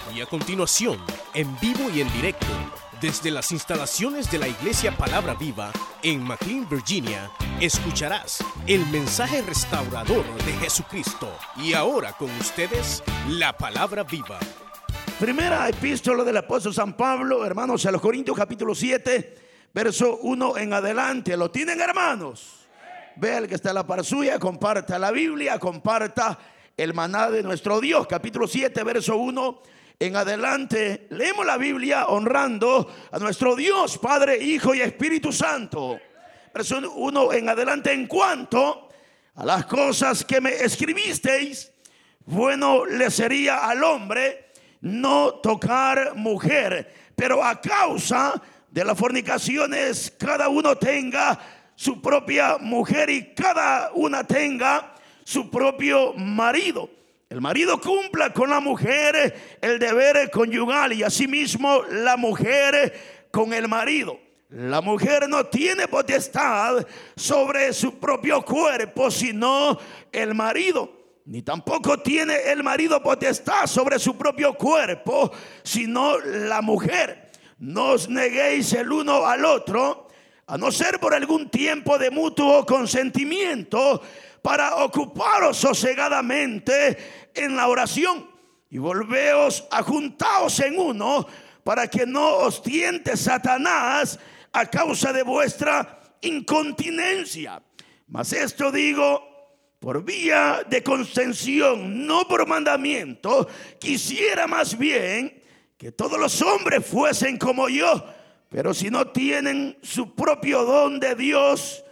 Y a continuación, en vivo y en directo, desde las instalaciones de la Iglesia Palabra Viva en McLean, Virginia, escucharás el mensaje restaurador de Jesucristo. Y ahora con ustedes, la Palabra Viva. Primera epístola del apóstol San Pablo, hermanos, a los Corintios capítulo 7, verso 1 en adelante. ¿Lo tienen, hermanos? Vea el que está a la par suya, comparta la Biblia, comparta el maná de nuestro Dios. Capítulo 7, verso 1 en adelante. Leemos la Biblia honrando a nuestro Dios, Padre, Hijo y Espíritu Santo. Verso 1 en adelante. En cuanto a las cosas que me escribisteis, bueno le sería al hombre no tocar mujer, pero a causa de las fornicaciones cada uno tenga su propia mujer y cada una tenga su propio marido. El marido cumpla con la mujer el deber conyugal y asimismo la mujer con el marido. La mujer no tiene potestad sobre su propio cuerpo sino el marido, ni tampoco tiene el marido potestad sobre su propio cuerpo sino la mujer. No os neguéis el uno al otro, a no ser por algún tiempo de mutuo consentimiento, para ocuparos sosegadamente en la oración, y volveos a juntaos en uno, para que no os tiente Satanás a causa de vuestra incontinencia. Mas esto digo por vía de concesión, no por mandamiento. Quisiera más bien que todos los hombres fuesen como yo, pero si no tienen su propio don de Dios,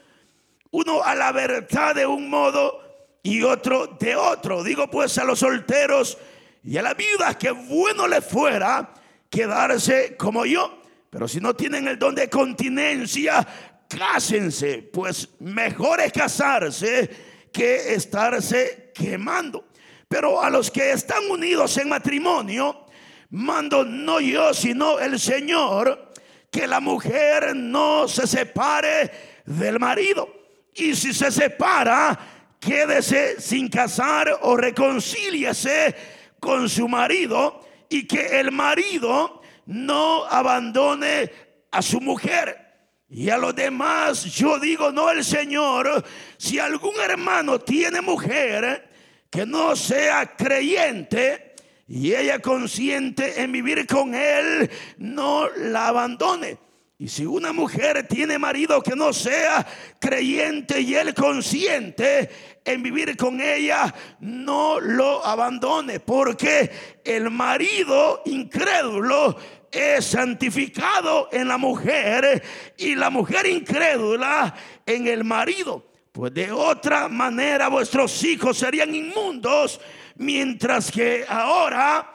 uno a la verdad de un modo y otro de otro. Digo pues a los solteros y a las viudas que bueno les fuera quedarse como yo, pero si no tienen el don de continencia, cásense, pues mejor es casarse que estarse quemando. Pero a los que están unidos en matrimonio, mando no yo sino el Señor, que la mujer no se separe del marido, y si se separa, quédese sin casar o reconcíliese con su marido, y que el marido no abandone a su mujer. Y a los demás yo digo, no el Señor, si algún hermano tiene mujer que no sea creyente y ella consiente en vivir con él, no la abandone. Y si una mujer tiene marido que no sea creyente y él consiente en vivir con ella, no lo abandone, porque el marido incrédulo es santificado en la mujer y la mujer incrédula en el marido. Pues de otra manera vuestros hijos serían inmundos, mientras que ahora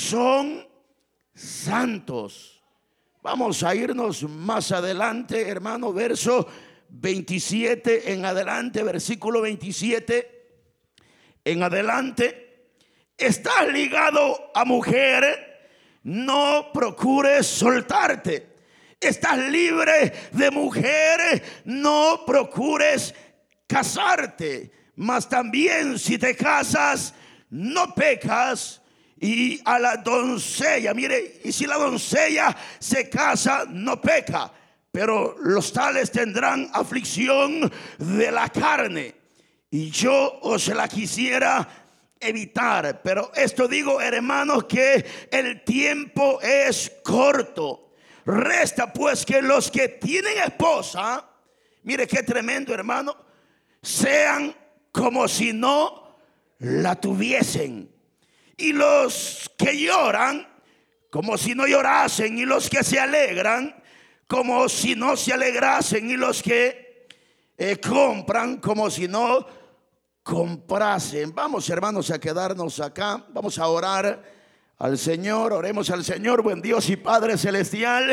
son santos. Vamos a irnos más adelante, hermano, verso 27 en adelante, versículo 27 en adelante. Estás ligado a mujer, no procures soltarte. Estás libre de mujer, no procures casarte. Mas también si te casas, no pecas. Y a la doncella, mire, y si la doncella se casa, no peca, pero los tales tendrán aflicción de la carne, y yo os la quisiera evitar. Pero esto digo, hermanos, que el tiempo es corto. Resta pues que los que tienen esposa, mire qué tremendo, hermano, sean como si no la tuviesen. Y los que lloran, como si no llorasen. Y los que se alegran, como si no se alegrasen. Y los que compran, como si no comprasen. Vamos, hermanos, a quedarnos acá. Vamos a orar al Señor. Oremos al Señor. Buen Dios y Padre celestial,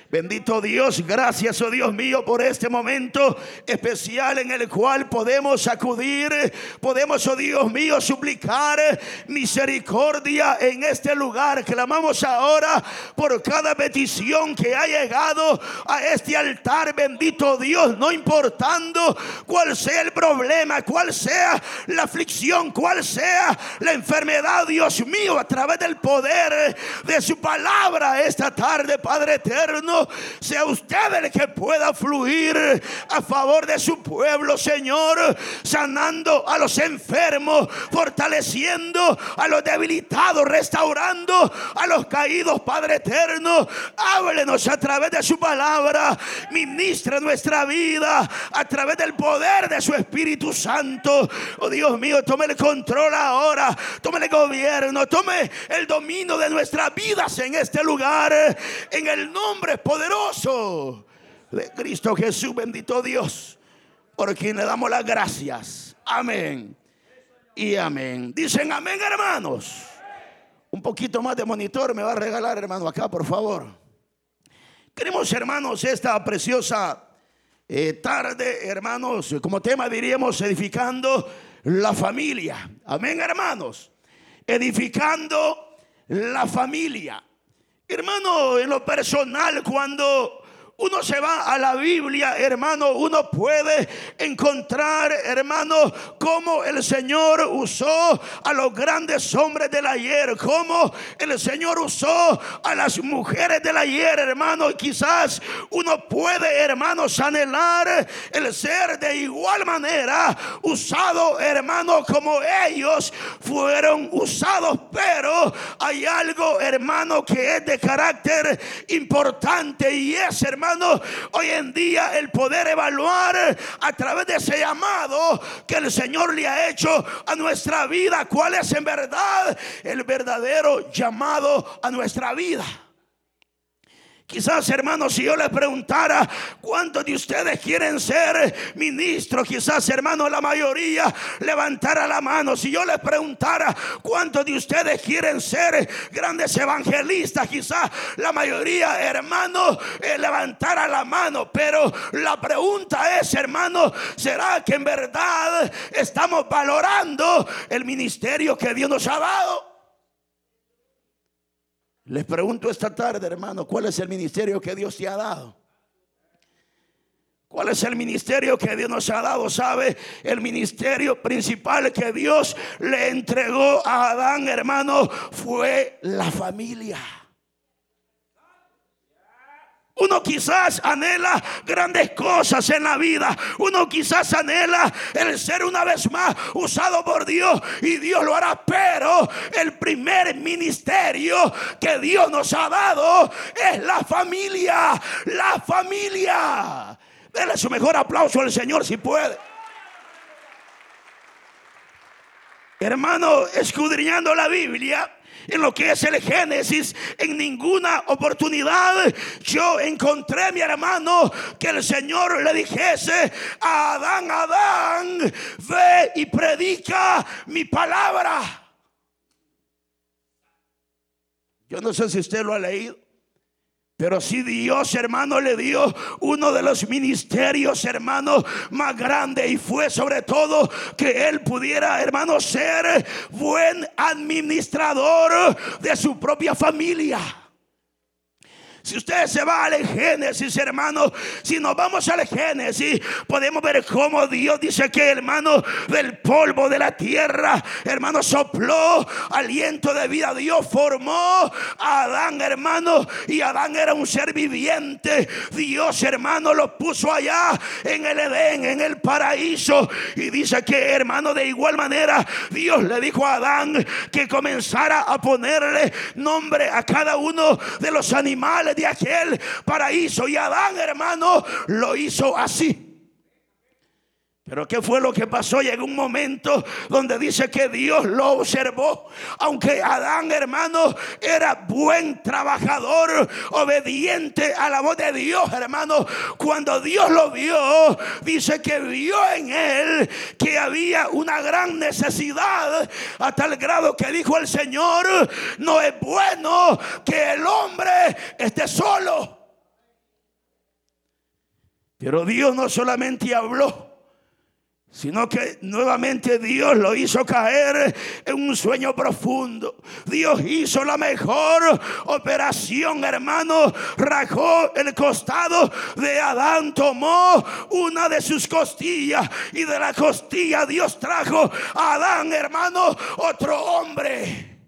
Bendito Dios, gracias, oh Dios mío, por este momento especial en el cual podemos acudir, podemos, oh Dios mío, suplicar misericordia en este lugar. Clamamos ahora por cada petición que ha llegado a este altar, bendito Dios, no importando cuál sea el problema, cuál sea la aflicción, cuál sea la enfermedad, Dios mío, a través del poder de su palabra esta tarde, Padre eterno, sea usted el que pueda fluir a favor de su pueblo, Señor, sanando a los enfermos, fortaleciendo a los debilitados, restaurando a los caídos, Padre eterno. Háblenos a través de su palabra, ministra nuestra vida a través del poder de su Espíritu Santo. Oh Dios mío, tome el control ahora, tome el gobierno, tome el dominio de nuestras vidas en este lugar, en el nombre poderoso de Cristo Jesús. Bendito Dios, por quien le damos las gracias. Amén y amén. Dicen amén, hermanos. Un poquito más de monitor me va a regalar, hermano, acá, por favor. Queremos, hermanos, esta preciosa tarde, hermanos, como tema diríamos, edificando la familia. Amén, hermanos. Edificando la familia. Hermano, en lo personal, cuando uno se va a la Biblia, hermano, uno puede encontrar, hermano, cómo el Señor usó a los grandes hombres del ayer, cómo el Señor usó a las mujeres del ayer, hermano. Y quizás uno puede, hermanos, anhelar el ser de igual manera usado, hermano, como ellos fueron usados. Pero hay algo, hermano, que es de carácter importante, y es, hermano, hoy en día el poder evaluar a través de ese llamado que el Señor le ha hecho a nuestra vida, cuál es en verdad el verdadero llamado a nuestra vida. Quizás, hermanos, si yo les preguntara cuántos de ustedes quieren ser ministros, quizás, hermanos, la mayoría levantara la mano. Si yo les preguntara cuántos de ustedes quieren ser grandes evangelistas, quizás la mayoría, hermanos, levantara la mano. Pero la pregunta es, hermanos, ¿será que en verdad estamos valorando el ministerio que Dios nos ha dado? Les pregunto esta tarde, hermano, ¿cuál es el ministerio que Dios te ha dado? ¿Cuál es el ministerio que Dios nos ha dado? ¿Sabe? El ministerio principal que Dios le entregó a Adán, hermano, fue la familia. Uno quizás anhela grandes cosas en la vida. Uno quizás anhela el ser una vez más usado por Dios, y Dios lo hará. Pero el primer ministerio que Dios nos ha dado es la familia. La familia. Denle su mejor aplauso al Señor si puede. Hermano, escudriñando la Biblia, en lo que es el Génesis, en ninguna oportunidad yo encontré, mi hermano, que el Señor le dijese a Adán: Adán, ve y predica mi palabra. Yo no sé si usted lo ha leído, pero sí Dios, hermano, le dio uno de los ministerios, hermano, más grandes, y fue sobre todo que él pudiera, hermano, ser buen administrador de su propia familia. Si usted se va al Génesis, hermano, si nos vamos al Génesis, podemos ver cómo Dios dice que, hermano, del polvo de la tierra, hermano, sopló aliento de vida. Dios formó a Adán, hermano, y Adán era un ser viviente. Dios, hermano, lo puso allá en el Edén, en el paraíso, y dice que, hermano, de igual manera Dios le dijo a Adán que comenzara a ponerle nombre a cada uno de los animales de aquel paraíso, y Adán, hermano, lo hizo así. Pero ¿qué fue lo que pasó? Llegó un momento donde dice que Dios lo observó. Aunque Adán, hermano, era buen trabajador, obediente a la voz de Dios, hermano, cuando Dios lo vio, dice que vio en él que había una gran necesidad, a tal grado que dijo el Señor: no es bueno que el hombre esté solo. Pero Dios no solamente habló, sino que nuevamente Dios lo hizo caer en un sueño profundo. Dios hizo la mejor operación, hermano. Rajó el costado de Adán, tomó una de sus costillas, y de la costilla Dios trajo a Adán, hermano, otro hombre.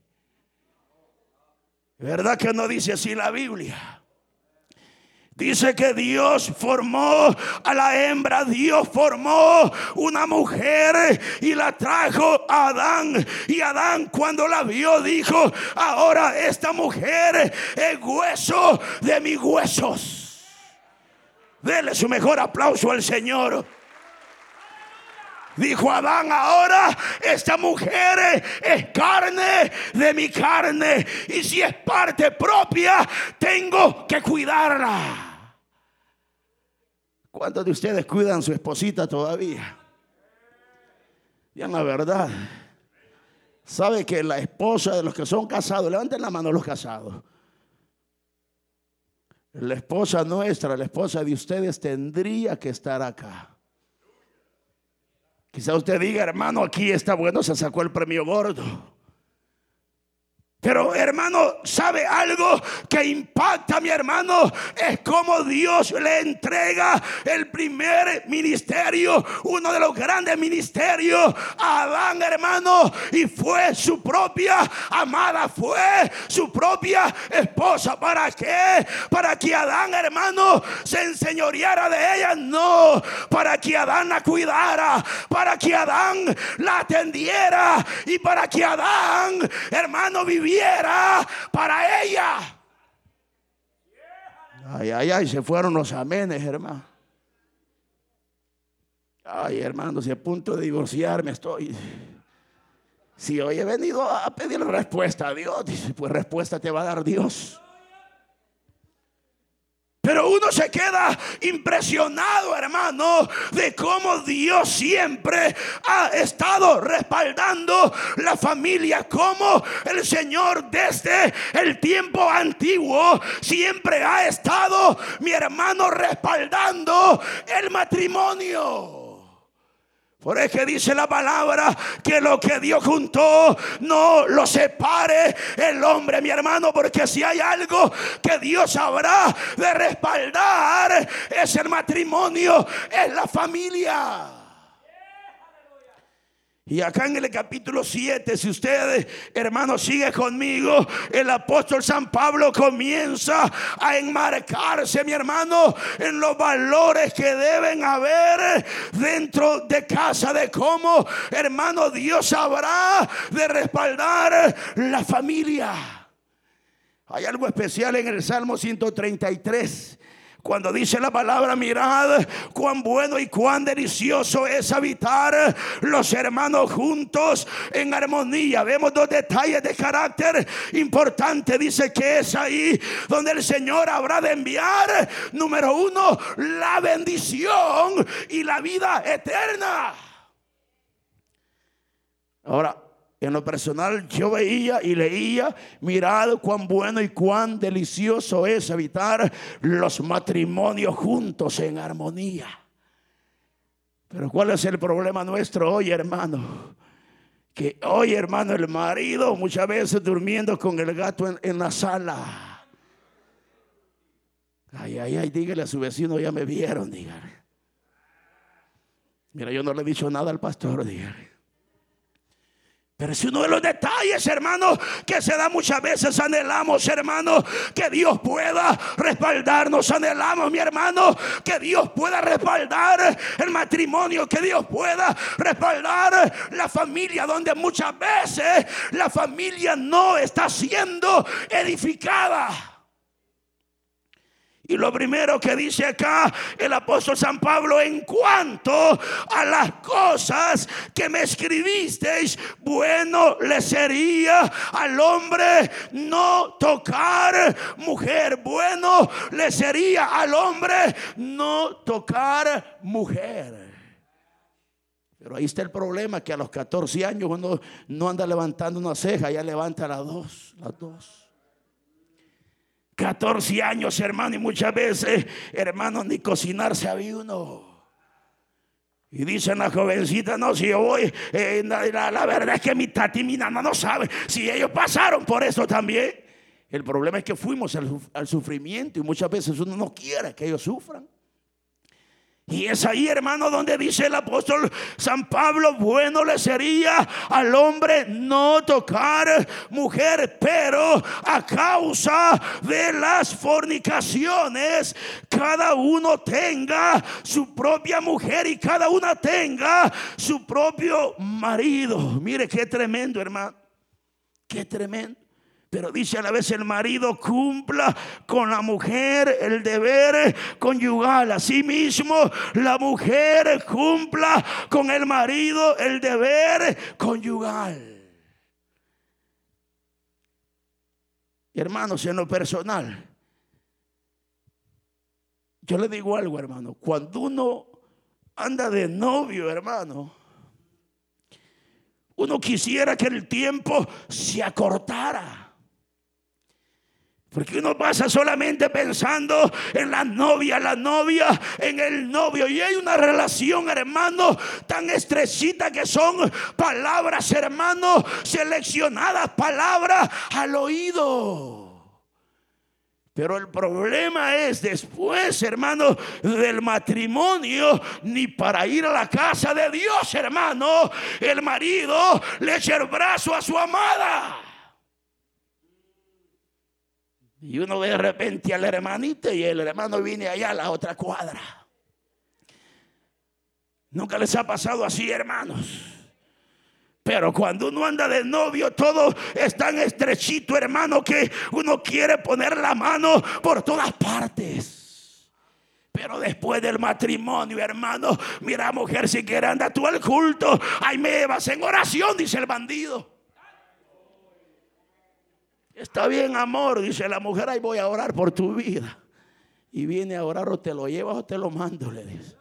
¿Verdad que no dice así la Biblia? Dice que Dios formó a la hembra, Dios formó una mujer y la trajo a Adán. Y Adán, cuando la vio, dijo: ahora esta mujer es hueso de mis huesos. Dele su mejor aplauso al Señor. Dijo Adán: ahora esta mujer es carne de mi carne, y si es parte propia, tengo que cuidarla. ¿Cuántos de ustedes cuidan a su esposita todavía? Digan la verdad. ¿Sabe que la esposa de los que son casados, levanten la mano los casados, la esposa nuestra, la esposa de ustedes tendría que estar acá? Quizá usted diga: hermano, aquí está bueno, se sacó el premio gordo. Pero, hermano, ¿sabe algo que impacta a mi hermano? Es como Dios le entrega el primer ministerio, uno de los grandes ministerios, a Adán, hermano. Y fue su propia amada, fue su propia esposa. ¿Para qué? Para que Adán, hermano, se enseñoreara de ella. No, para que Adán la cuidara, para que Adán la atendiera, y para que Adán, hermano, viviera para ella. Ay, ay, ay, se fueron los amenes, hermano. Ay, hermano, si a punto de divorciarme estoy. Si hoy he venido a pedir respuesta a Dios, dice: pues respuesta te va a dar Dios. Pero uno se queda impresionado, hermano, de cómo Dios siempre ha estado respaldando la familia. Cómo el Señor desde el tiempo antiguo siempre ha estado, mi hermano, respaldando el matrimonio. Por eso que dice la palabra que lo que Dios juntó no lo separe el hombre, mi hermano, porque si hay algo que Dios habrá de respaldar es el matrimonio, es la familia. Y acá en el capítulo 7, si usted, hermano, sigue conmigo, el apóstol San Pablo comienza a enmarcarse, mi hermano, en los valores que deben haber dentro de casa, de cómo, hermano, Dios habrá de respaldar la familia. Hay algo especial en el Salmo 133. Cuando dice la palabra: mirad cuán bueno y cuán delicioso es habitar los hermanos juntos en armonía. Vemos dos detalles de carácter importante. Dice que es ahí donde el Señor habrá de enviar, número uno, la bendición y la vida eterna. Ahora, en lo personal, yo veía y leía: mirad cuán bueno y cuán delicioso es habitar los matrimonios juntos en armonía. Pero ¿cuál es el problema nuestro hoy, hermano? Que hoy, hermano, el marido muchas veces durmiendo con el gato en la sala. Ay, ay, ay, dígale a su vecino: ya me vieron, dígale. Mira, yo no le he dicho nada al pastor, dígale. Pero es uno de los detalles, hermano, que se da muchas veces. Anhelamos, hermano, que Dios pueda respaldarnos. Anhelamos, mi hermano, que Dios pueda respaldar el matrimonio, que Dios pueda respaldar la familia, donde muchas veces la familia no está siendo edificada. Y lo primero que dice acá el apóstol San Pablo: en cuanto a las cosas que me escribisteis, bueno le sería al hombre no tocar mujer. Bueno le sería al hombre no tocar mujer. Pero ahí está el problema, que a los 14 años uno no anda levantando una ceja, ya levanta las dos. 14 años, hermano, y muchas veces, hermano, ni cocinar sabía uno. Y dicen las jovencitas, no, si yo voy, la verdad es que mi tati y mi nana no saben. Si ellos pasaron por eso también. El problema es que fuimos al sufrimiento y muchas veces uno no quiere que ellos sufran. Y es ahí, hermano, donde dice el apóstol San Pablo: bueno le sería al hombre no tocar mujer, pero a causa de las fornicaciones, cada uno tenga su propia mujer y cada una tenga su propio marido. Mire qué tremendo, hermano, qué tremendo. Pero dice a la vez: el marido cumpla con la mujer el deber conyugal. Asimismo, la mujer cumpla con el marido el deber conyugal. Hermanos, en lo personal, yo le digo algo, hermano. Cuando uno anda de novio, hermano, uno quisiera que el tiempo se acortara. Porque uno pasa solamente pensando en la novia, en el novio. Y hay una relación, hermano, tan estrechita que son palabras, hermano, seleccionadas palabras al oído. Pero el problema es después, hermano, del matrimonio, ni para ir a la casa de Dios, hermano, el marido le echa el brazo a su amada. Y uno ve de repente al hermanito y el hermano viene allá a la otra cuadra. Nunca les ha pasado así, hermanos. Pero cuando uno anda de novio, todo es tan estrechito, hermano, que uno quiere poner la mano por todas partes. Pero después del matrimonio, hermano, mira, mujer, si quieres anda tú al culto, ahí me vas en oración, dice el bandido. Está bien, amor, dice la mujer, ahí voy a orar por tu vida. Y viene a orar: o te lo llevas o te lo mando, le dice.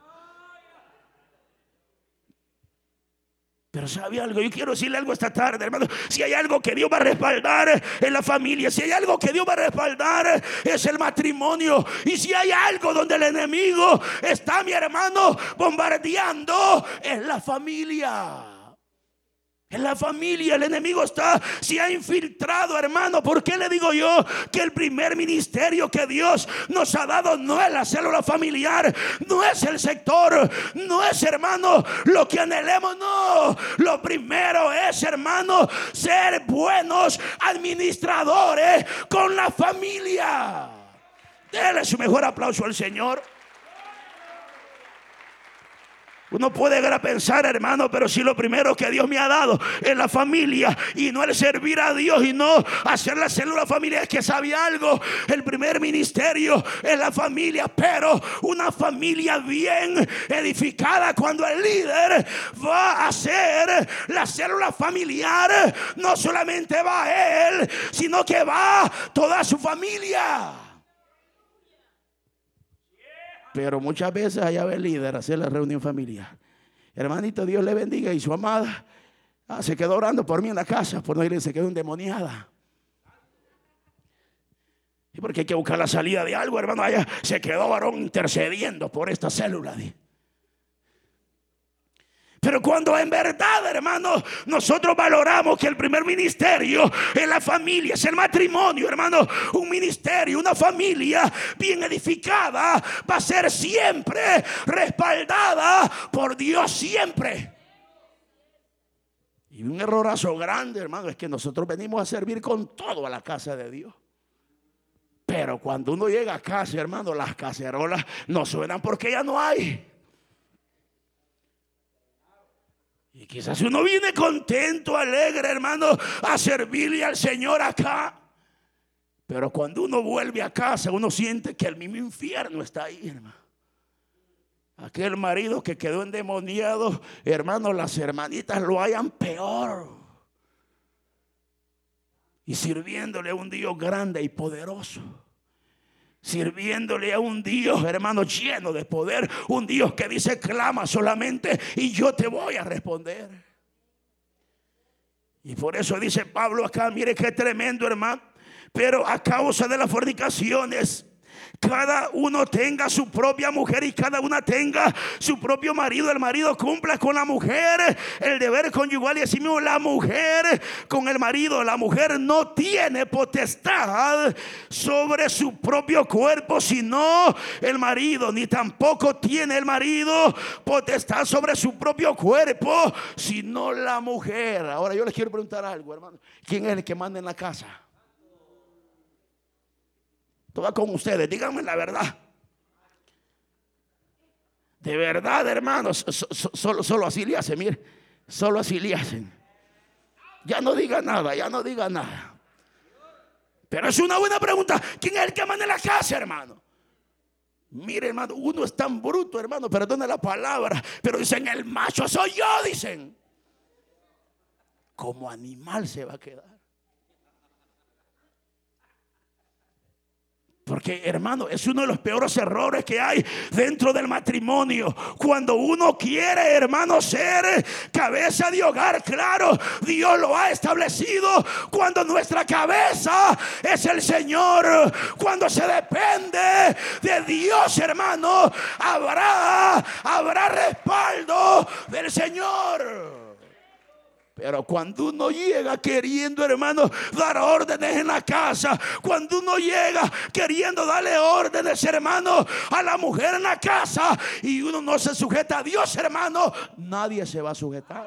Pero ¿sabe algo? Yo quiero decirle algo esta tarde, hermano. Si hay algo que Dios va a respaldar en la familia, si hay algo que Dios va a respaldar, es el matrimonio. Y si hay algo donde el enemigo está, mi hermano, bombardeando, es la familia. En la familia el enemigo se ha infiltrado, hermano. ¿Por qué le digo yo que el primer ministerio que Dios nos ha dado no es la célula familiar, no es el sector, no es, hermano, lo que anhelemos? No, lo primero es, hermano, ser buenos administradores con la familia. Dele su mejor aplauso al Señor. Uno puede llegar a pensar, hermano, pero si lo primero que Dios me ha dado es la familia y no el servir a Dios y no hacer la célula familiar, es que sabe algo. El primer ministerio es la familia, pero una familia bien edificada, cuando el líder va a hacer la célula familiar, no solamente va él, sino que va toda su familia. Pero muchas veces allá va el líder a hacer la reunión familiar. Hermanito, Dios le bendiga. Y su amada se quedó orando por mí en la casa. Por no ir, se quedó endemoniada. Y porque hay que buscar la salida de algo, hermano. Allá se quedó varón intercediendo por esta célula. Pero cuando en verdad, hermano, nosotros valoramos que el primer ministerio es la familia, es el matrimonio, hermano. Un ministerio, una familia bien edificada va a ser siempre respaldada por Dios, siempre. Y un errorazo grande, hermano, es que nosotros venimos a servir con todo a la casa de Dios. Pero cuando uno llega a casa, hermano, las cacerolas no suenan porque ya no hay. Y quizás uno viene contento, alegre, hermano, a servirle al Señor acá. Pero cuando uno vuelve a casa, uno siente que el mismo infierno está ahí, hermano. Aquel marido que quedó endemoniado, hermano, las hermanitas lo hayan peor. Y sirviéndole a un Dios grande y poderoso. Sirviéndole a un Dios, hermano, lleno de poder. Un Dios que dice: clama solamente y yo te voy a responder. Y por eso dice Pablo acá, mire qué tremendo, hermano. Pero a causa de las fornicaciones, cada uno tenga su propia mujer y cada una tenga su propio marido. El marido cumpla con la mujer el deber conyugal, y así mismo la mujer con el marido. La mujer no tiene potestad sobre su propio cuerpo sino el marido, ni tampoco tiene el marido potestad sobre su propio cuerpo sino la mujer. Ahora yo les quiero preguntar algo, hermano. ¿Quién es el que manda en la casa? Todo con ustedes, díganme la verdad. De verdad, hermanos, solo así le hacen, mire, solo así le hacen. Ya no diga nada, ya no diga nada. Pero es una buena pregunta. ¿Quién es el que manda en la casa, hermano? Mire, hermano, uno es tan bruto, hermano, perdona la palabra, pero dicen: el macho soy yo, dicen. Como animal se va a quedar. Porque, hermano, es uno de los peores errores que hay dentro del matrimonio. Cuando uno quiere, hermano, ser cabeza de hogar, claro, Dios lo ha establecido. Cuando nuestra cabeza es el Señor, cuando se depende de Dios, hermano, habrá respaldo del Señor. Pero cuando uno llega queriendo, hermano, dar órdenes en la casa, cuando uno llega queriendo darle órdenes, hermano, a la mujer en la casa, y uno no se sujeta a Dios, hermano, nadie se va a sujetar.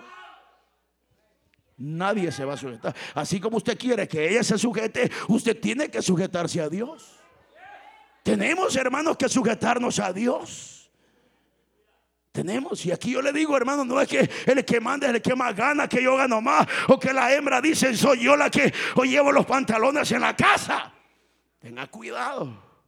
Nadie se va a sujetar. Así como usted quiere que ella se sujete, usted tiene que sujetarse a Dios. Tenemos, hermanos, que sujetarnos a Dios. Tenemos, y aquí yo le digo, hermano, no es que el que manda es el que más gana, que yo gano más, o que la hembra dice: soy yo la que hoy llevo los pantalones en la casa. Tenga cuidado.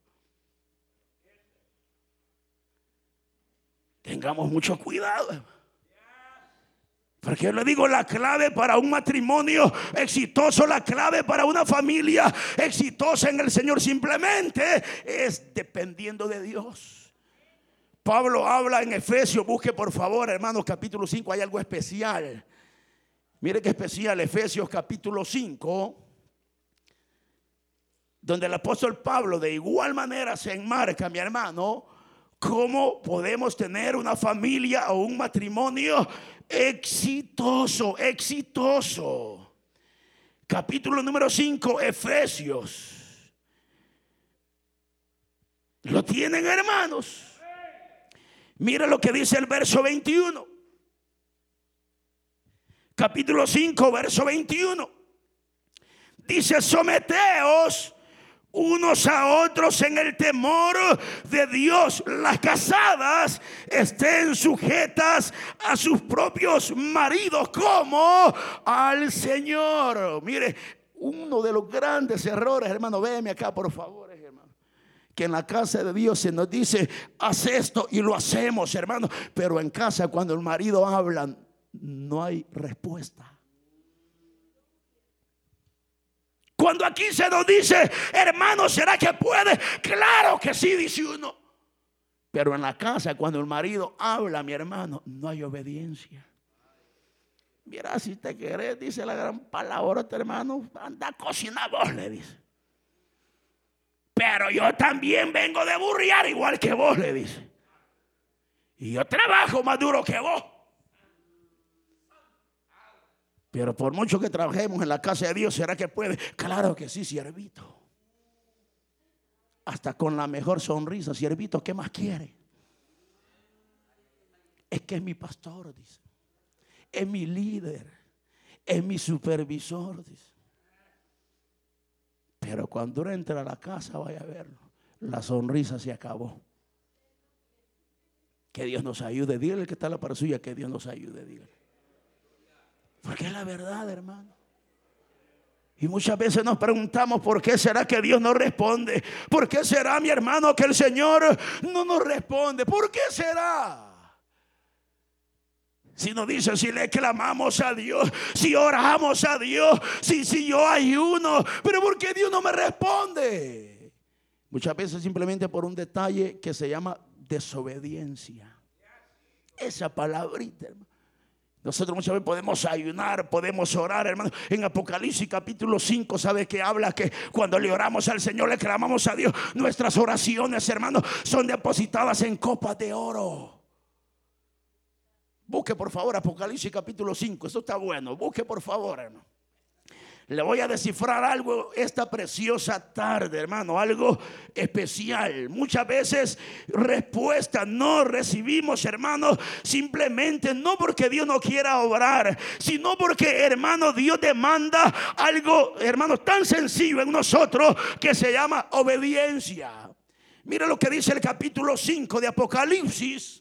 Tengamos mucho cuidado. Porque yo le digo, la clave para un matrimonio exitoso, la clave para una familia exitosa en el Señor, simplemente es dependiendo de Dios. Pablo habla en Efesios, busque por favor, hermanos, capítulo 5, hay algo especial. Mire qué especial, Efesios capítulo 5, donde el apóstol Pablo de igual manera se enmarca, mi hermano, cómo podemos tener una familia o un matrimonio exitoso. Capítulo número 5, Efesios. ¿Lo tienen, hermanos? Mira lo que dice el verso 21. Capítulo 5, verso 21. Dice: someteos unos a otros en el temor de Dios. Las casadas estén sujetas a sus propios maridos como al Señor. Mire, uno de los grandes errores, hermano, véeme acá por favor, hermano, que en la casa de Dios se nos dice: haz esto, y lo hacemos, hermano. Pero en casa, cuando el marido habla, no hay respuesta. Cuando aquí se nos dice: hermano, ¿será que puede? Claro que sí, dice uno. Pero en la casa, cuando el marido habla, mi hermano, no hay obediencia. Mira, si te querés, dice la gran palabra, hermano, anda a cocinar vos, le dice. Pero yo también vengo de burriar igual que vos, le dice. Y yo trabajo más duro que vos. Pero por mucho que trabajemos en la casa de Dios, ¿será que puede? Claro que sí, siervito. Hasta con la mejor sonrisa: siervito, ¿qué más quiere? Es que es mi pastor, dice. Es mi líder. Es mi supervisor, dice. Pero cuando uno entra a la casa, vaya a verlo, la sonrisa se acabó. Que Dios nos ayude. Dígale que está la par suya, que Dios nos ayude, dígale. Porque es la verdad, hermano. Y muchas veces nos preguntamos: ¿por qué será que Dios no responde? ¿Por qué será, mi hermano, que el Señor no nos responde? ¿Por qué será? Si nos dice, si le clamamos a Dios, si oramos a Dios, si yo ayuno, pero ¿por qué Dios no me responde? Muchas veces simplemente por un detalle que se llama desobediencia. Esa palabrita, hermano. Nosotros muchas veces podemos ayunar, podemos orar, hermano. En Apocalipsis capítulo 5, ¿sabe que habla? Que cuando le oramos al Señor, le clamamos a Dios, nuestras oraciones, hermano, son depositadas en copas de oro. Busque por favor Apocalipsis capítulo 5, eso está bueno. Busque por favor, hermano. Le voy a descifrar algo esta preciosa tarde, hermano, algo especial. Muchas veces respuesta no recibimos, hermano, simplemente no porque Dios no quiera obrar, sino porque, hermano, Dios demanda algo, hermano, tan sencillo en nosotros que se llama obediencia. Mira lo que dice el capítulo 5 de Apocalipsis,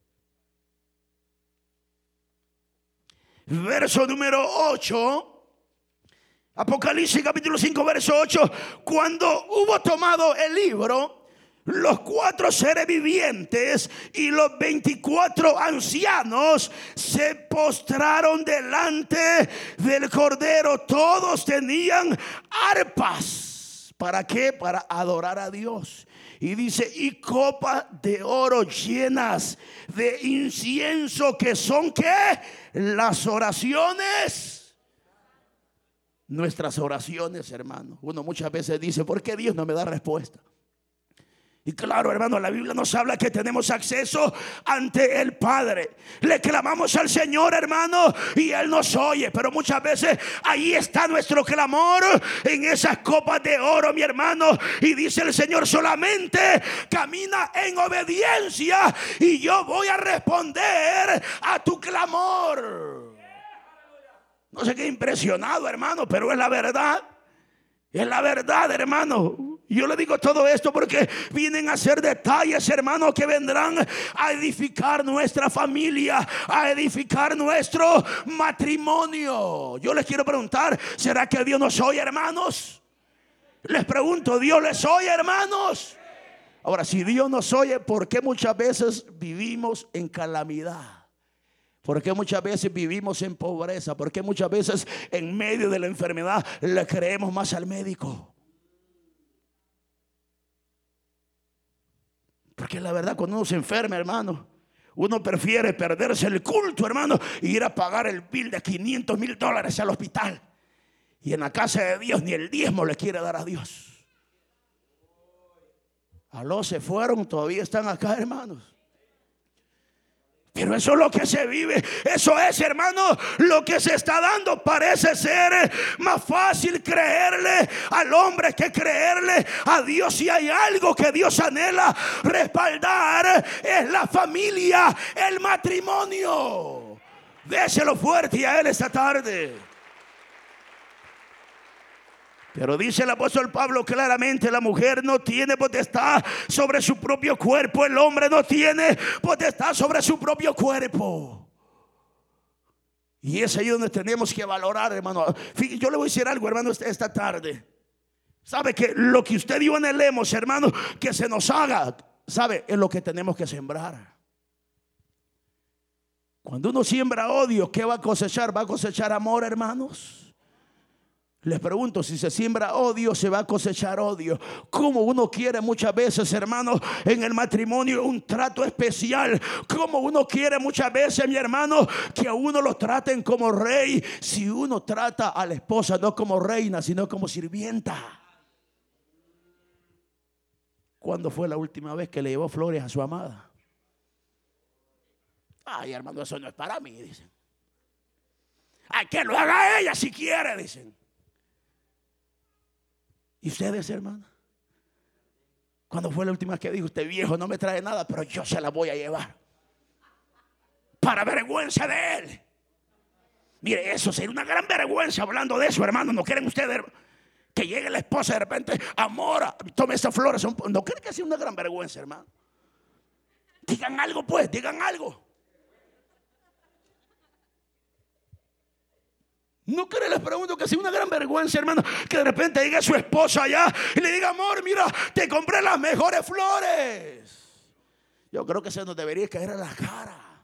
verso número 8. Apocalipsis capítulo 5 verso 8. Cuando hubo tomado el libro, los 4 seres vivientes y los 24 ancianos se postraron delante del Cordero. Todos tenían arpas. ¿Para qué? Para adorar a Dios. Y dice, y copas de oro llenas de incienso, que son, ¿qué? Las oraciones. Nuestras oraciones, hermano. Uno muchas veces dice, ¿por qué Dios no me da respuesta? Y claro, hermano, la Biblia nos habla que tenemos acceso ante el Padre. Le clamamos al Señor, hermano, y Él nos oye. Pero muchas veces ahí está nuestro clamor, en esas copas de oro, mi hermano. Y dice el Señor, solamente camina en obediencia y yo voy a responder a tu clamor. No sé qué impresionado, hermano, pero es la verdad. Es la verdad, hermano. Yo le digo todo esto porque vienen a ser detalles, hermano, que vendrán a edificar nuestra familia, a edificar nuestro matrimonio. Yo les quiero preguntar, ¿será que Dios nos oye, hermanos? Les pregunto, ¿Dios les oye, hermanos? Ahora, si Dios nos oye, ¿por qué muchas veces vivimos en calamidad? ¿Por qué muchas veces vivimos en pobreza? ¿Por qué muchas veces en medio de la enfermedad le creemos más al médico? Porque la verdad, cuando uno se enferma, hermano, uno prefiere perderse el culto, hermano, y ir a pagar el bill de $500,000 al hospital. Y en la casa de Dios ni el diezmo le quiere dar a Dios. Aló, se fueron, todavía están acá, hermanos. Pero eso es lo que se vive. Eso es, hermano, lo que se está dando. Parece ser más fácil creerle al hombre que creerle a Dios. Si hay algo que Dios anhela respaldar, es la familia, el matrimonio. Déselo fuerte a Él esta tarde. Pero dice el apóstol Pablo claramente, la mujer no tiene potestad sobre su propio cuerpo. El hombre no tiene potestad sobre su propio cuerpo. Y es ahí donde tenemos que valorar, hermano. Yo le voy a decir algo, hermano, esta tarde. ¿Sabe que lo que usted y yo anhelemos, hermano, que se nos haga, sabe, es lo que tenemos que sembrar? Cuando uno siembra odio, ¿qué va a cosechar? ¿Va a cosechar amor, hermanos? Les pregunto, si se siembra odio, se va a cosechar odio. Como uno quiere muchas veces, hermano, en el matrimonio un trato especial. Como uno quiere muchas veces, mi hermano, que a uno lo traten como rey. Si uno trata a la esposa no como reina, sino como sirvienta. ¿Cuándo fue la última vez que le llevó flores a su amada? Ay, hermano, eso no es para mí, dicen. Ay, que lo haga ella si quiere, dicen. ¿Y ustedes, hermano? ¿Cuándo fue la última vez que dijo usted, viejo, no me trae nada, pero yo se la voy a llevar? Para vergüenza de él. Mire, eso sería una gran vergüenza hablando de eso, hermano. ¿No quieren ustedes que llegue la esposa de repente? Amor, tome esas flores. ¿No creen que sea una gran vergüenza, hermano? Digan algo, pues, digan algo. ¿No creen, les pregunto, que sea una gran vergüenza, hermano, que de repente llegue su esposa allá y le diga, amor, mira, te compré las mejores flores? Yo creo que se nos debería caer a la cara.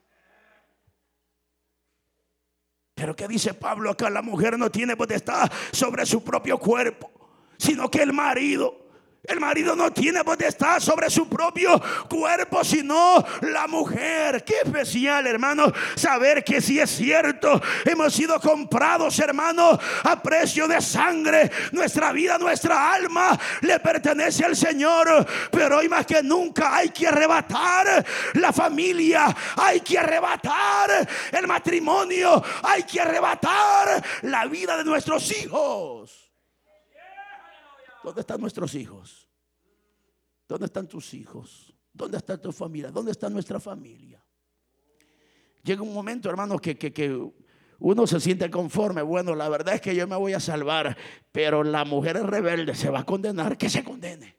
Pero ¿qué dice Pablo acá? La mujer no tiene potestad sobre su propio cuerpo, sino que el marido. El marido no tiene potestad sobre su propio cuerpo, sino la mujer. Qué especial, hermano, saber que sí es cierto. Hemos sido comprados, hermano, a precio de sangre. Nuestra vida, nuestra alma le pertenece al Señor. Pero hoy más que nunca hay que arrebatar la familia. Hay que arrebatar el matrimonio. Hay que arrebatar la vida de nuestros hijos. ¿Dónde están nuestros hijos? ¿Dónde están tus hijos? ¿Dónde está tu familia? ¿Dónde está nuestra familia? Llega un momento, hermano, que uno se siente conforme. Bueno, la verdad es que yo me voy a salvar, pero la mujer es rebelde, se va a condenar. Que se condene.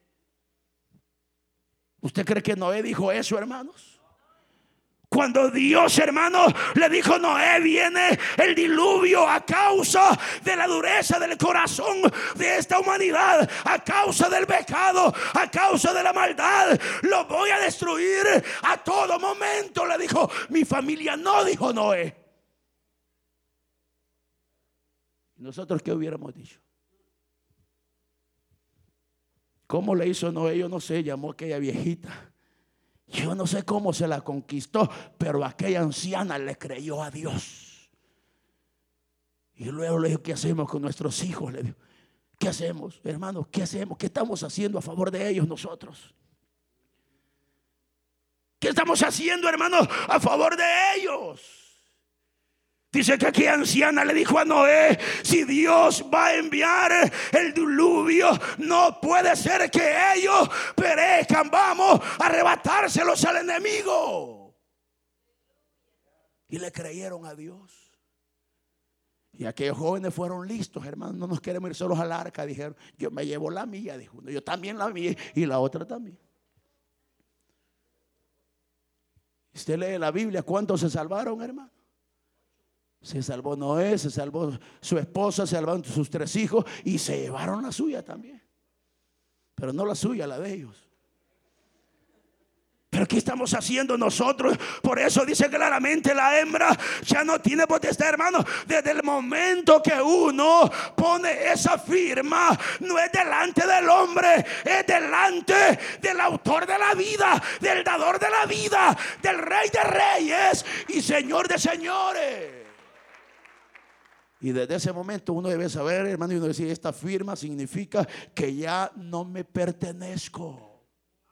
¿Usted cree que Noé dijo eso, hermanos? Cuando Dios, hermano, le dijo: Noé, viene el diluvio a causa de la dureza del corazón de esta humanidad, a causa del pecado, a causa de la maldad, lo voy a destruir a todo momento. Le dijo: mi familia no, dijo Noé. ¿Nosotros qué hubiéramos dicho? ¿Cómo le hizo Noé? Yo no sé. Llamó a aquella viejita. Yo no sé cómo se la conquistó, pero aquella anciana le creyó a Dios. Y luego le dijo: ¿qué hacemos con nuestros hijos? Le dijo: ¿qué hacemos, hermanos? ¿Qué hacemos? ¿Qué estamos haciendo a favor de ellos nosotros? ¿Qué estamos haciendo, hermanos, a favor de ellos? Dice que aquella anciana le dijo a Noé: si Dios va a enviar el diluvio, no puede ser que ellos perezcan. Vamos a arrebatárselos al enemigo. Y le creyeron a Dios. Y aquellos jóvenes fueron listos, hermanos. No nos queremos ir solos al arca. Dijeron: yo me llevo la mía, dijo uno. Yo también la mía y la otra también. Usted lee la Biblia, ¿cuántos se salvaron, hermano? Se salvó Noé, se salvó su esposa, se salvaron sus 3 hijos y se llevaron la suya también. Pero no la suya, la de ellos. Pero ¿qué estamos haciendo nosotros? Por eso dice claramente: la hembra ya no tiene potestad, hermano. Desde el momento que uno pone esa firma, no es delante del hombre, es delante del autor de la vida, del dador de la vida, del Rey de Reyes y Señor de Señores. Y desde ese momento uno debe saber, hermano, y uno decir: esta firma significa que ya no me pertenezco.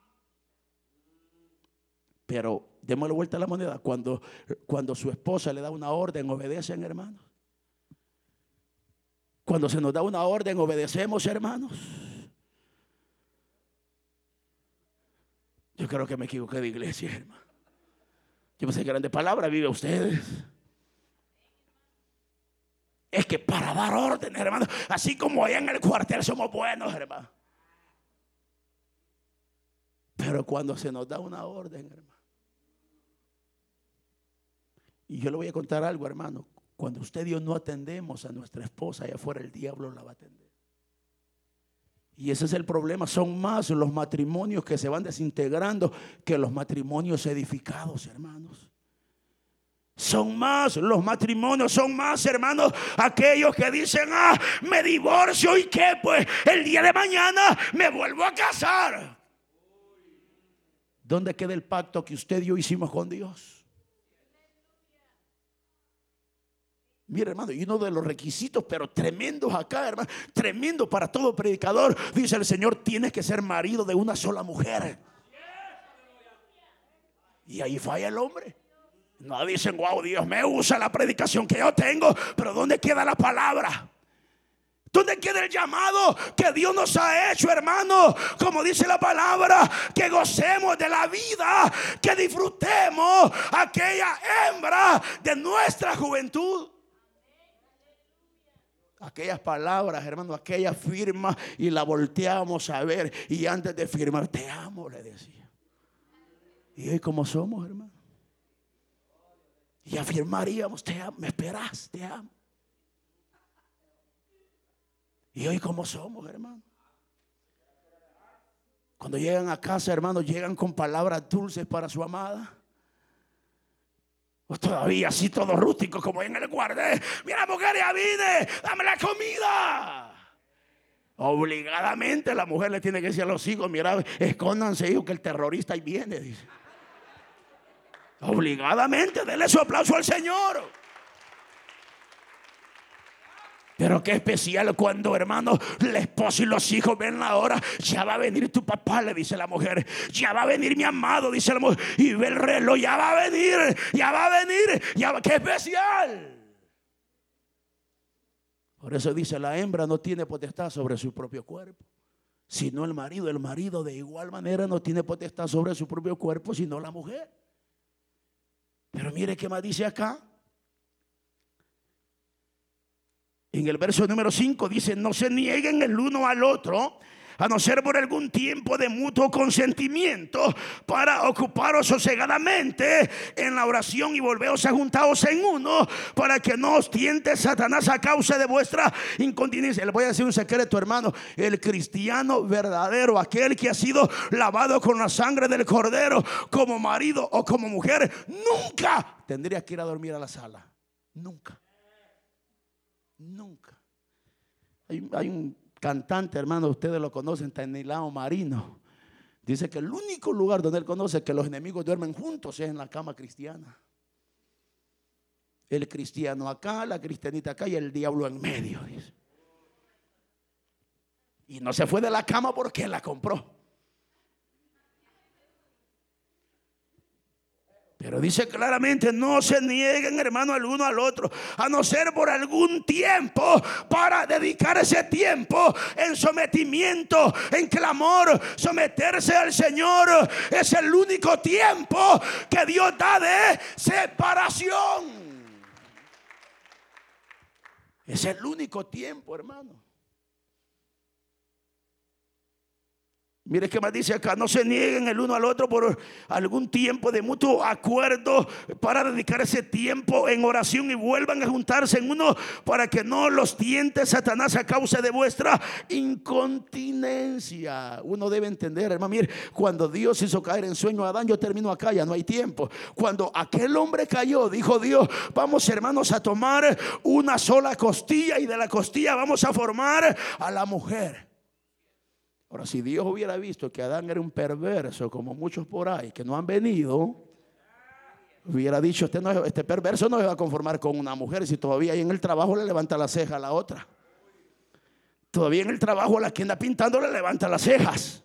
Pero démosle vuelta a la moneda. Cuando su esposa le da una orden, obedecen, hermanos. Cuando se nos da una orden, obedecemos, hermanos. Yo creo que me equivoqué de iglesia, hermano. Yo pensé que eran de palabra, vive ustedes. Es que para dar orden, hermano, así como allá en el cuartel somos buenos, hermano. Pero cuando se nos da una orden, hermano. Y yo le voy a contar algo, hermano. Cuando usted y yo no atendemos a nuestra esposa, allá afuera el diablo la va a atender. Y ese es el problema. Son más los matrimonios que se van desintegrando que los matrimonios edificados, hermanos. Son más los matrimonios, son más, hermanos, aquellos que dicen: me divorcio y qué, pues el día de mañana me vuelvo a casar. ¿Dónde queda el pacto que usted y yo hicimos con Dios? Mira, hermano, y uno de los requisitos, pero tremendos acá, hermano, tremendo para todo predicador, dice el Señor: tienes que ser marido de una sola mujer. Y ahí falla el hombre. No dicen: wow, Dios me usa la predicación que yo tengo, pero ¿dónde queda la palabra? ¿Dónde queda el llamado que Dios nos ha hecho, hermano? Como dice la palabra, que gocemos de la vida, que disfrutemos aquella hembra de nuestra juventud. Aquellas palabras, hermano, aquella firma, y la volteamos a ver, y antes de firmar: te amo, le decía. Y hoy como somos, hermano. Y afirmaríamos: te amo, me esperas, te amo. Y hoy como somos, hermano. Cuando llegan a casa, hermano, llegan con palabras dulces para su amada. O todavía así todo rústico como en el guardia: mira, mujer, ya vine, dame la comida. Obligadamente la mujer le tiene que decir a los hijos: mira, escóndanse, hijos, que el terrorista ahí viene, dice. Obligadamente, denle su aplauso al Señor. Pero qué especial cuando, hermano, la esposa y los hijos ven la hora. Ya va a venir tu papá, le dice la mujer. Ya va a venir mi amado, dice la mujer. Y ve el reloj, ya va a venir, ya va a venir, ya va. ¡Qué especial! Por eso dice: la hembra no tiene potestad sobre su propio cuerpo, sino el marido. El marido de igual manera no tiene potestad sobre su propio cuerpo, sino la mujer. Pero mire qué más dice acá. En el verso número 5 dice: no se nieguen el uno al otro, a no ser por algún tiempo de mutuo consentimiento, para ocuparos sosegadamente en la oración y volveos a juntaros en uno, para que no os tiente Satanás a causa de vuestra incontinencia. Le voy a decir un secreto, hermano: el cristiano verdadero, aquel que ha sido lavado con la sangre del Cordero, como marido o como mujer, nunca tendría que ir a dormir a la sala. Nunca. Nunca. Hay un cantante, hermano, ustedes lo conocen, Tanilao Marino. Dice que el único lugar donde él conoce que los enemigos duermen juntos es en la cama cristiana. El cristiano acá, la cristianita acá y el diablo en medio, dice. Y no se fue de la cama porque la compró. Pero dice claramente: no se nieguen, hermano, el uno al otro, a no ser por algún tiempo, para dedicar ese tiempo en sometimiento, en clamor. Someterse al Señor es el único tiempo que Dios da de separación. Es el único tiempo, hermano. Mire qué más dice acá: no se nieguen el uno al otro por algún tiempo de mutuo acuerdo, para dedicar ese tiempo en oración y vuelvan a juntarse en uno, para que no los tiente Satanás a causa de vuestra incontinencia. Uno debe entender, hermano, mire, cuando Dios hizo caer en sueño a Adán, yo termino acá, ya no hay tiempo. Cuando aquel hombre cayó, dijo Dios: vamos, hermanos, a tomar una sola costilla y de la costilla vamos a formar a la mujer. Ahora, si Dios hubiera visto que Adán era un perverso, como muchos por ahí que no han venido, hubiera dicho: este perverso no se va a conformar con una mujer. Si todavía ahí en el trabajo le levanta la ceja a la otra, todavía en el trabajo la que anda pintando le levanta las cejas.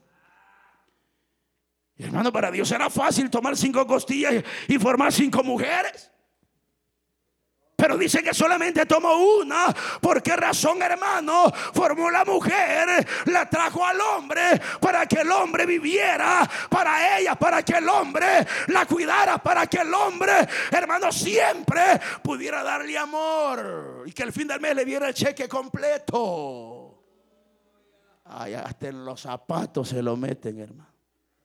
Y, hermano, para Dios era fácil tomar 5 costillas y formar 5 mujeres. Pero dice que solamente tomó una. ¿Por qué razón, hermano? Formó la mujer, la trajo al hombre para que el hombre viviera para ella, para que el hombre la cuidara, para que el hombre, hermano, siempre pudiera darle amor y que al fin del mes le diera el cheque completo. Ay, hasta en los zapatos se lo meten, hermano.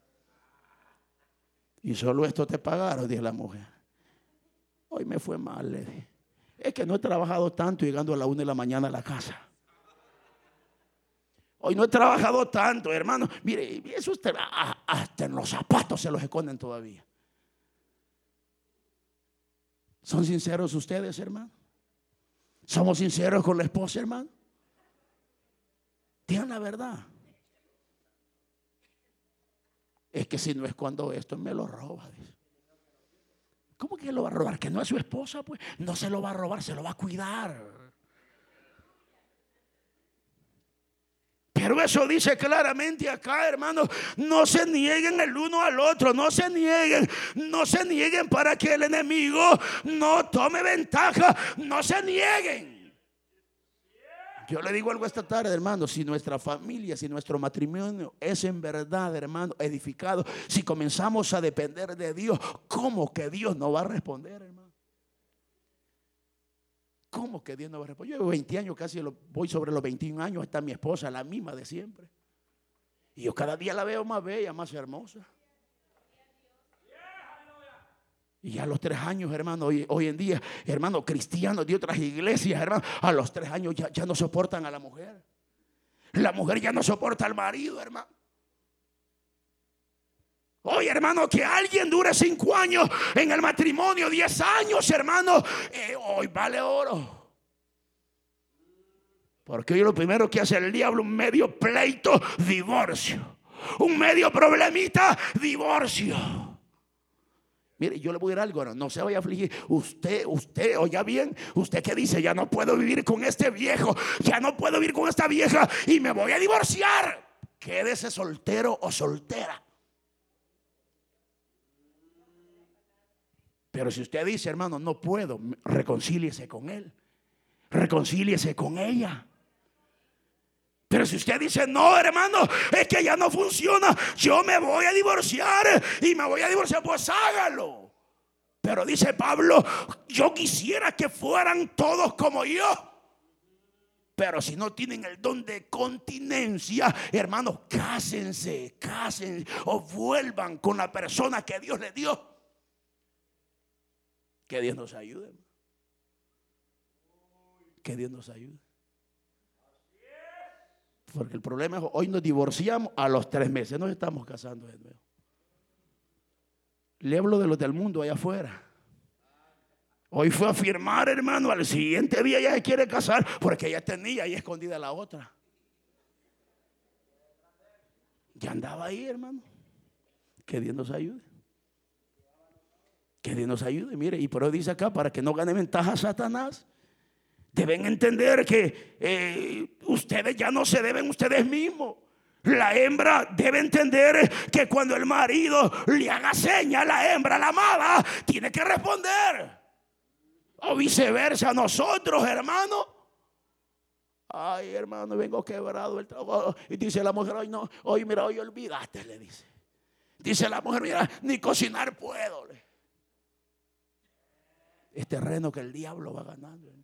Y solo esto te pagaron, dice la mujer. Hoy me fue mal, le dije. Es que no he trabajado tanto llegando a la 1 de la mañana a la casa. Hoy no he trabajado tanto, hermano. Mire, eso hasta en los zapatos se los esconden todavía. ¿Son sinceros ustedes, hermano? ¿Somos sinceros con la esposa, hermano? Digan la verdad. Es que si no escondo esto, me lo roba, dice. ¿Cómo que lo va a robar? Que no es su esposa, pues. No se lo va a robar, se lo va a cuidar. Pero eso dice claramente acá, hermano: no se nieguen el uno al otro, no se nieguen para que el enemigo no tome ventaja, no se nieguen. Yo le digo algo esta tarde, hermano: si nuestra familia, si nuestro matrimonio es en verdad, hermano, edificado, si comenzamos a depender de Dios, ¿cómo que Dios no va a responder, hermano? ¿Cómo que Dios no va a responder? Yo llevo 20 años, casi voy sobre los 21 años. Está mi esposa, la misma de siempre. Y yo cada día la veo más bella, más hermosa. Y a los 3 años, hermano, hoy en día, hermano, cristianos de otras iglesias, hermano, a los 3 años ya no soportan a la mujer. La mujer ya no soporta al marido, hermano. Oye, hermano, que alguien dure 5 años en el matrimonio, 10 años, hermano, hoy vale oro. Porque hoy lo primero que hace el diablo, un medio pleito, divorcio. Un medio problemita, divorcio. Mire, yo le voy a decir algo, no se vaya a afligir. Usted, oiga bien, usted que dice, ya no puedo vivir con este viejo, ya no puedo vivir con esta vieja y me voy a divorciar. Quédese soltero o soltera. Pero si usted dice, hermano, no puedo, reconcíliese con él, reconcíliese con ella. Pero si usted dice, no, hermano, es que ya no funciona, yo me voy a divorciar y me voy a divorciar, pues hágalo. Pero dice Pablo, yo quisiera que fueran todos como yo. Pero si no tienen el don de continencia, hermanos, cásense o vuelvan con la persona que Dios les dio. Que Dios nos ayude. Que Dios nos ayude. Porque el problema es, hoy nos divorciamos, a los 3 meses nos estamos casando de nuevo. Le hablo de los del mundo allá afuera. Hoy fue a firmar, hermano, al siguiente día ya se quiere casar porque ella tenía ahí escondida la otra. Ya andaba ahí, hermano. Que Dios nos ayude. Que Dios nos ayude. Mire, y por eso dice acá, para que no gane ventaja Satanás. Deben entender que ustedes ya no se deben ustedes mismos. La hembra debe entender que cuando el marido le haga seña a la hembra, la amada, tiene que responder. O viceversa, nosotros, hermano. Ay, hermano, vengo quebrado el trabajo. Y dice la mujer, hoy mira, hoy olvidaste, le dice. Dice la mujer, mira, ni cocinar puedo. Es terreno que el diablo va ganando, hermano.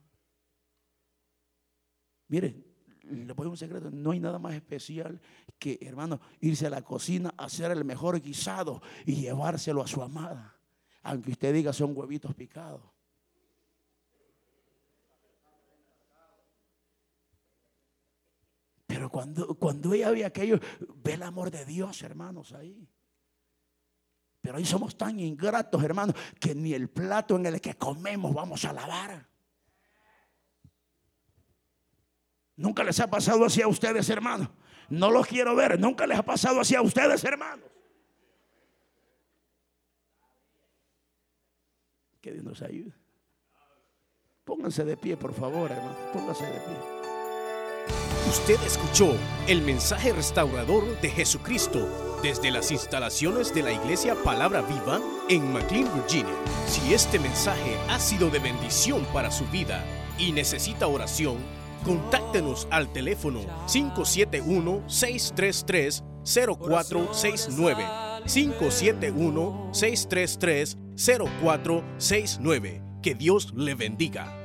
Mire, le voy a un secreto, no hay nada más especial que, hermano, irse a la cocina, hacer el mejor guisado y llevárselo a su amada. Aunque usted diga son huevitos picados. Pero cuando ella ve aquello, ve el amor de Dios, hermanos, ahí. Pero hoy somos tan ingratos, hermanos, que ni el plato en el que comemos vamos a lavar. Nunca les ha pasado así a ustedes, hermanos. No los quiero ver. Nunca les ha pasado así a ustedes, hermanos. Que Dios nos ayude. Pónganse de pie, por favor, hermanos. Pónganse de pie. Usted escuchó el mensaje restaurador de Jesucristo desde las instalaciones de la Iglesia Palabra Viva en McLean, Virginia. Si este mensaje ha sido de bendición para su vida y necesita oración, contáctenos al teléfono 571-633-0469. 571-633-0469. Que Dios le bendiga.